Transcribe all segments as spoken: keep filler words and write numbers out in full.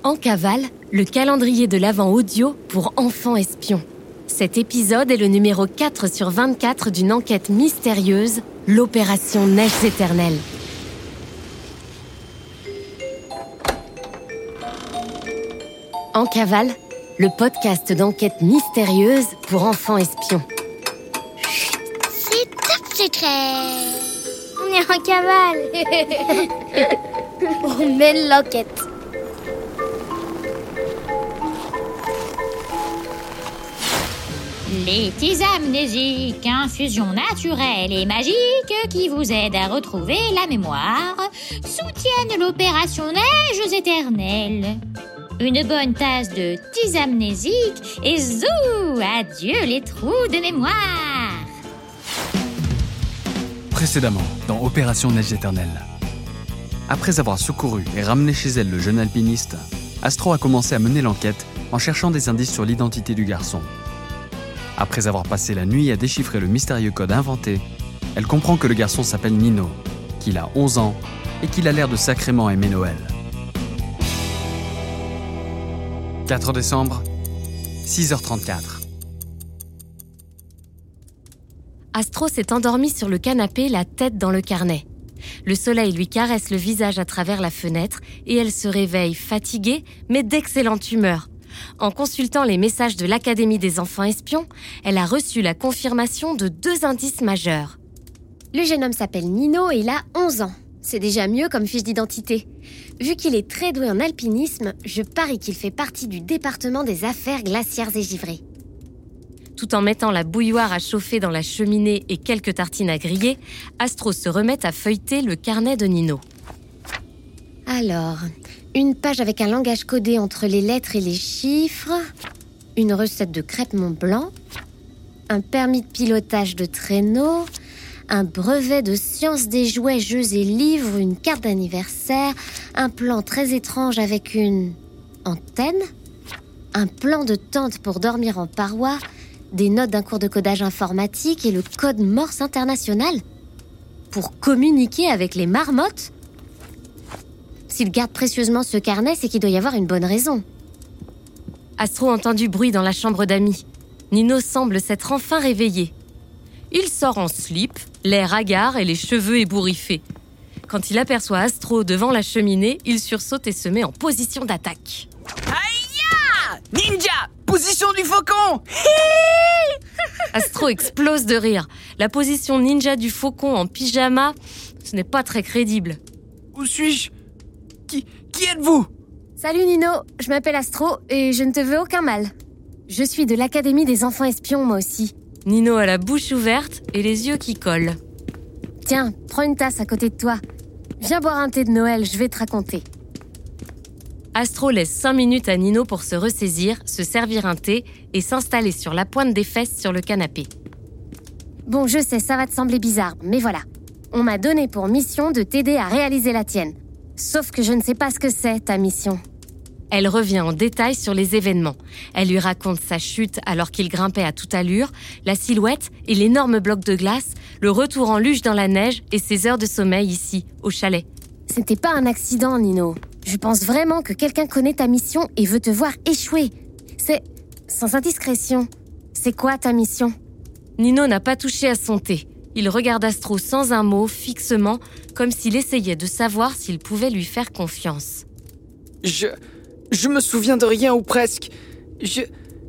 En cavale, le calendrier de l'Avent audio pour enfants espions. Cet épisode est le numéro quatre sur vingt-quatre d'une enquête mystérieuse, l'opération Neiges éternelles. En cavale, le podcast d'enquête mystérieuse pour enfants espions. C'est top secret. On est en cavale. On mène l'enquête. Les tisanes amnésiques, infusion naturelle et magique qui vous aident à retrouver la mémoire, soutiennent l'opération Neiges éternelles. Une bonne tasse de tisane amnésique et zou, adieu les trous de mémoire. Précédemment, dans Opération Neiges éternelles. Après avoir secouru et ramené chez elle le jeune alpiniste, Astro a commencé à mener l'enquête en cherchant des indices sur l'identité du garçon. Après avoir passé la nuit à déchiffrer le mystérieux code inventé, elle comprend que le garçon s'appelle Nino, qu'il a onze ans et qu'il a l'air de sacrément aimer Noël. quatre décembre, six heures trente-quatre. Astro s'est endormie sur le canapé, la tête dans le carnet. Le soleil lui caresse le visage à travers la fenêtre et elle se réveille fatiguée, mais d'excellente humeur. En consultant les messages de l'Académie des enfants espions, elle a reçu la confirmation de deux indices majeurs. Le jeune homme s'appelle Nino et il a onze ans. C'est déjà mieux comme fiche d'identité. Vu qu'il est très doué en alpinisme, je parie qu'il fait partie du département des affaires glaciaires et givrées. Tout en mettant la bouilloire à chauffer dans la cheminée et quelques tartines à griller, Astro se remet à feuilleter le carnet de Nino. Alors, une page avec un langage codé entre les lettres et les chiffres, une recette de crêpes Mont-Blanc, un permis de pilotage de traîneau, un brevet de sciences des jouets, jeux et livres, une carte d'anniversaire, un plan très étrange avec une antenne, un plan de tente pour dormir en paroi, des notes d'un cours de codage informatique et le code Morse international pour communiquer avec les marmottes. S'il garde précieusement ce carnet, c'est qu'il doit y avoir une bonne raison. Astro entend du bruit dans la chambre d'amis. Nino semble s'être enfin réveillé. Il sort en slip, l'air hagard et les cheveux ébouriffés. Quand il aperçoit Astro devant la cheminée, il sursaute et se met en position d'attaque. Aïe! Ninja! Position du faucon! Astro explose de rire. La position ninja du faucon en pyjama, ce n'est pas très crédible. Où suis-je? Qui, qui êtes-vous? Salut Nino, je m'appelle Astro et je ne te veux aucun mal. Je suis de l'Académie des enfants espions, moi aussi. Nino a la bouche ouverte et les yeux qui collent. Tiens, prends une tasse à côté de toi. Viens boire un thé de Noël, je vais te raconter. Astro laisse cinq minutes à Nino pour se ressaisir, se servir un thé et s'installer sur la pointe des fesses sur le canapé. Bon, je sais, ça va te sembler bizarre, mais voilà. On m'a donné pour mission de t'aider à réaliser la tienne. Sauf que je ne sais pas ce que c'est, ta mission. Elle revient en détail sur les événements. Elle lui raconte sa chute alors qu'il grimpait à toute allure, la silhouette et l'énorme bloc de glace, le retour en luge dans la neige et ses heures de sommeil ici, au chalet. C'était pas un accident, Nino. Je pense vraiment que quelqu'un connaît ta mission et veut te voir échouer. C'est... sans indiscrétion. C'est quoi ta mission? Nino n'a pas touché à son thé. Il regarde Astro sans un mot, fixement, comme s'il essayait de savoir s'il pouvait lui faire confiance. Je... Je me souviens de rien ou presque. Je...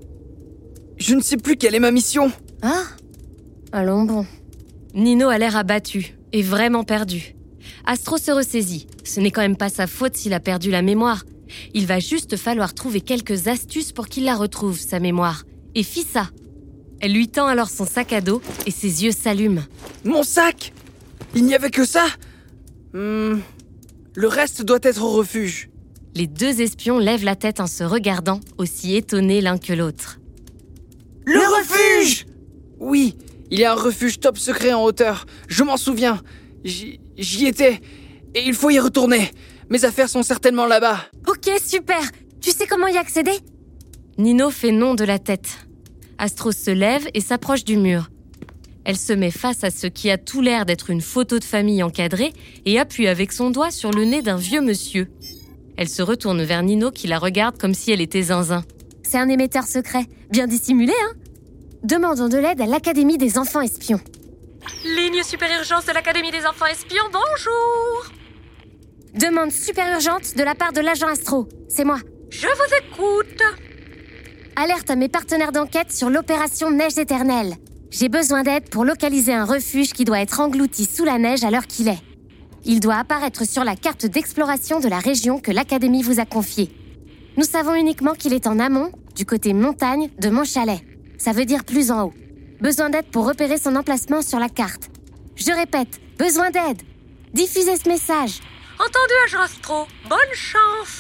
Je ne sais plus quelle est ma mission. Ah? Allons bon. Nino a l'air abattu et vraiment perdu. Astro se ressaisit. Ce n'est quand même pas sa faute s'il a perdu la mémoire. Il va juste falloir trouver quelques astuces pour qu'il la retrouve, sa mémoire. Et fit ça. Elle lui tend alors son sac à dos et ses yeux s'allument. Mon sac? Il n'y avait que ça? hmm, Le reste doit être au refuge. Les deux espions lèvent la tête en se regardant, aussi étonnés l'un que l'autre. Le, Le refuge! Oui, il y a un refuge top secret en hauteur. Je m'en souviens. J'y, j'y étais. Et il faut y retourner. Mes affaires sont certainement là-bas. Ok, super. Tu sais comment y accéder? Nino fait non de la tête. Astro se lève et s'approche du mur. Elle se met face à ce qui a tout l'air d'être une photo de famille encadrée et appuie avec son doigt sur le nez d'un vieux monsieur. Elle se retourne vers Nino qui la regarde comme si elle était zinzin. C'est un émetteur secret, bien dissimulé, hein? Demandons de l'aide à l'Académie des enfants espions. Ligne super urgence de l'Académie des enfants espions, bonjour! Demande super urgente de la part de l'agent Astro. C'est moi. Je vous écoute. Alerte à mes partenaires d'enquête sur l'opération Neige éternelle. J'ai besoin d'aide pour localiser un refuge qui doit être englouti sous la neige à l'heure qu'il est. Il doit apparaître sur la carte d'exploration de la région que l'Académie vous a confiée. Nous savons uniquement qu'il est en amont, du côté montagne de mon chalet. Ça veut dire plus en haut. Besoin d'aide pour repérer son emplacement sur la carte. Je répète, besoin d'aide. Diffusez ce message. Entendu, agent Astro. Bonne chance.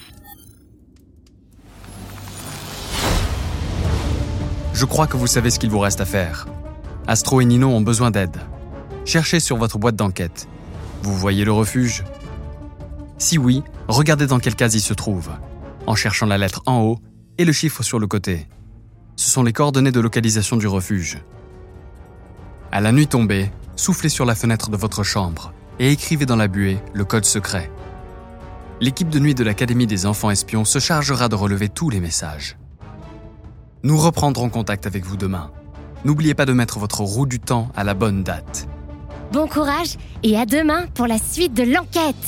Je crois que vous savez ce qu'il vous reste à faire. Astro et Nino ont besoin d'aide. Cherchez sur votre boîte d'enquête. Vous voyez le refuge? Si oui, regardez dans quelle case il se trouve, en cherchant la lettre en haut et le chiffre sur le côté. Ce sont les coordonnées de localisation du refuge. À la nuit tombée, soufflez sur la fenêtre de votre chambre et écrivez dans la buée le code secret. L'équipe de nuit de l'Académie des enfants espions se chargera de relever tous les messages. Nous reprendrons contact avec vous demain. N'oubliez pas de mettre votre roue du temps à la bonne date. Bon courage et à demain pour la suite de l'enquête.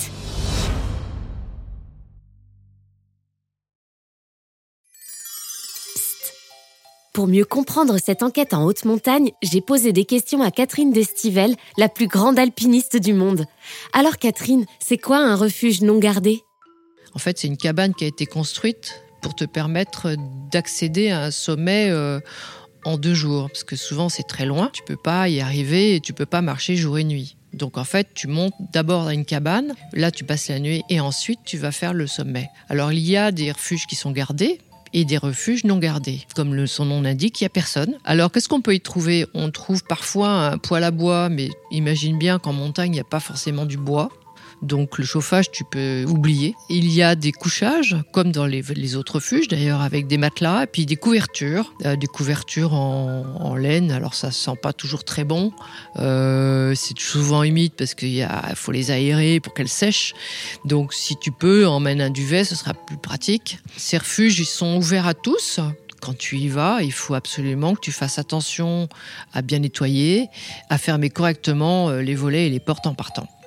Psst. Pour mieux comprendre cette enquête en haute montagne, j'ai posé des questions à Catherine Destivelle, la plus grande alpiniste du monde. Alors Catherine, c'est quoi un refuge non gardé? En fait, c'est une cabane qui a été construite pour te permettre d'accéder à un sommet euh, en deux jours. Parce que souvent, c'est très loin. Tu peux pas y arriver et tu peux pas marcher jour et nuit. Donc en fait, tu montes d'abord à une cabane. Là, tu passes la nuit et ensuite, tu vas faire le sommet. Alors, il y a des refuges qui sont gardés et des refuges non gardés. Comme le, son nom l'indique, il n'y a personne. Alors, qu'est-ce qu'on peut y trouver? On trouve parfois un poêle à bois, mais imagine bien qu'en montagne, il n'y a pas forcément du bois. Donc le chauffage, tu peux oublier. Il y a des couchages, comme dans les, les autres refuges d'ailleurs, avec des matelas, et puis des couvertures, euh, des couvertures en, en laine. Alors ça sent pas toujours très bon. Euh, c'est souvent humide parce qu'il y a, faut les aérer pour qu'elles sèchent. Donc si tu peux, emmène un duvet, ce sera plus pratique. Ces refuges, ils sont ouverts à tous. Quand tu y vas, il faut absolument que tu fasses attention à bien nettoyer, à fermer correctement les volets et les portes en partant.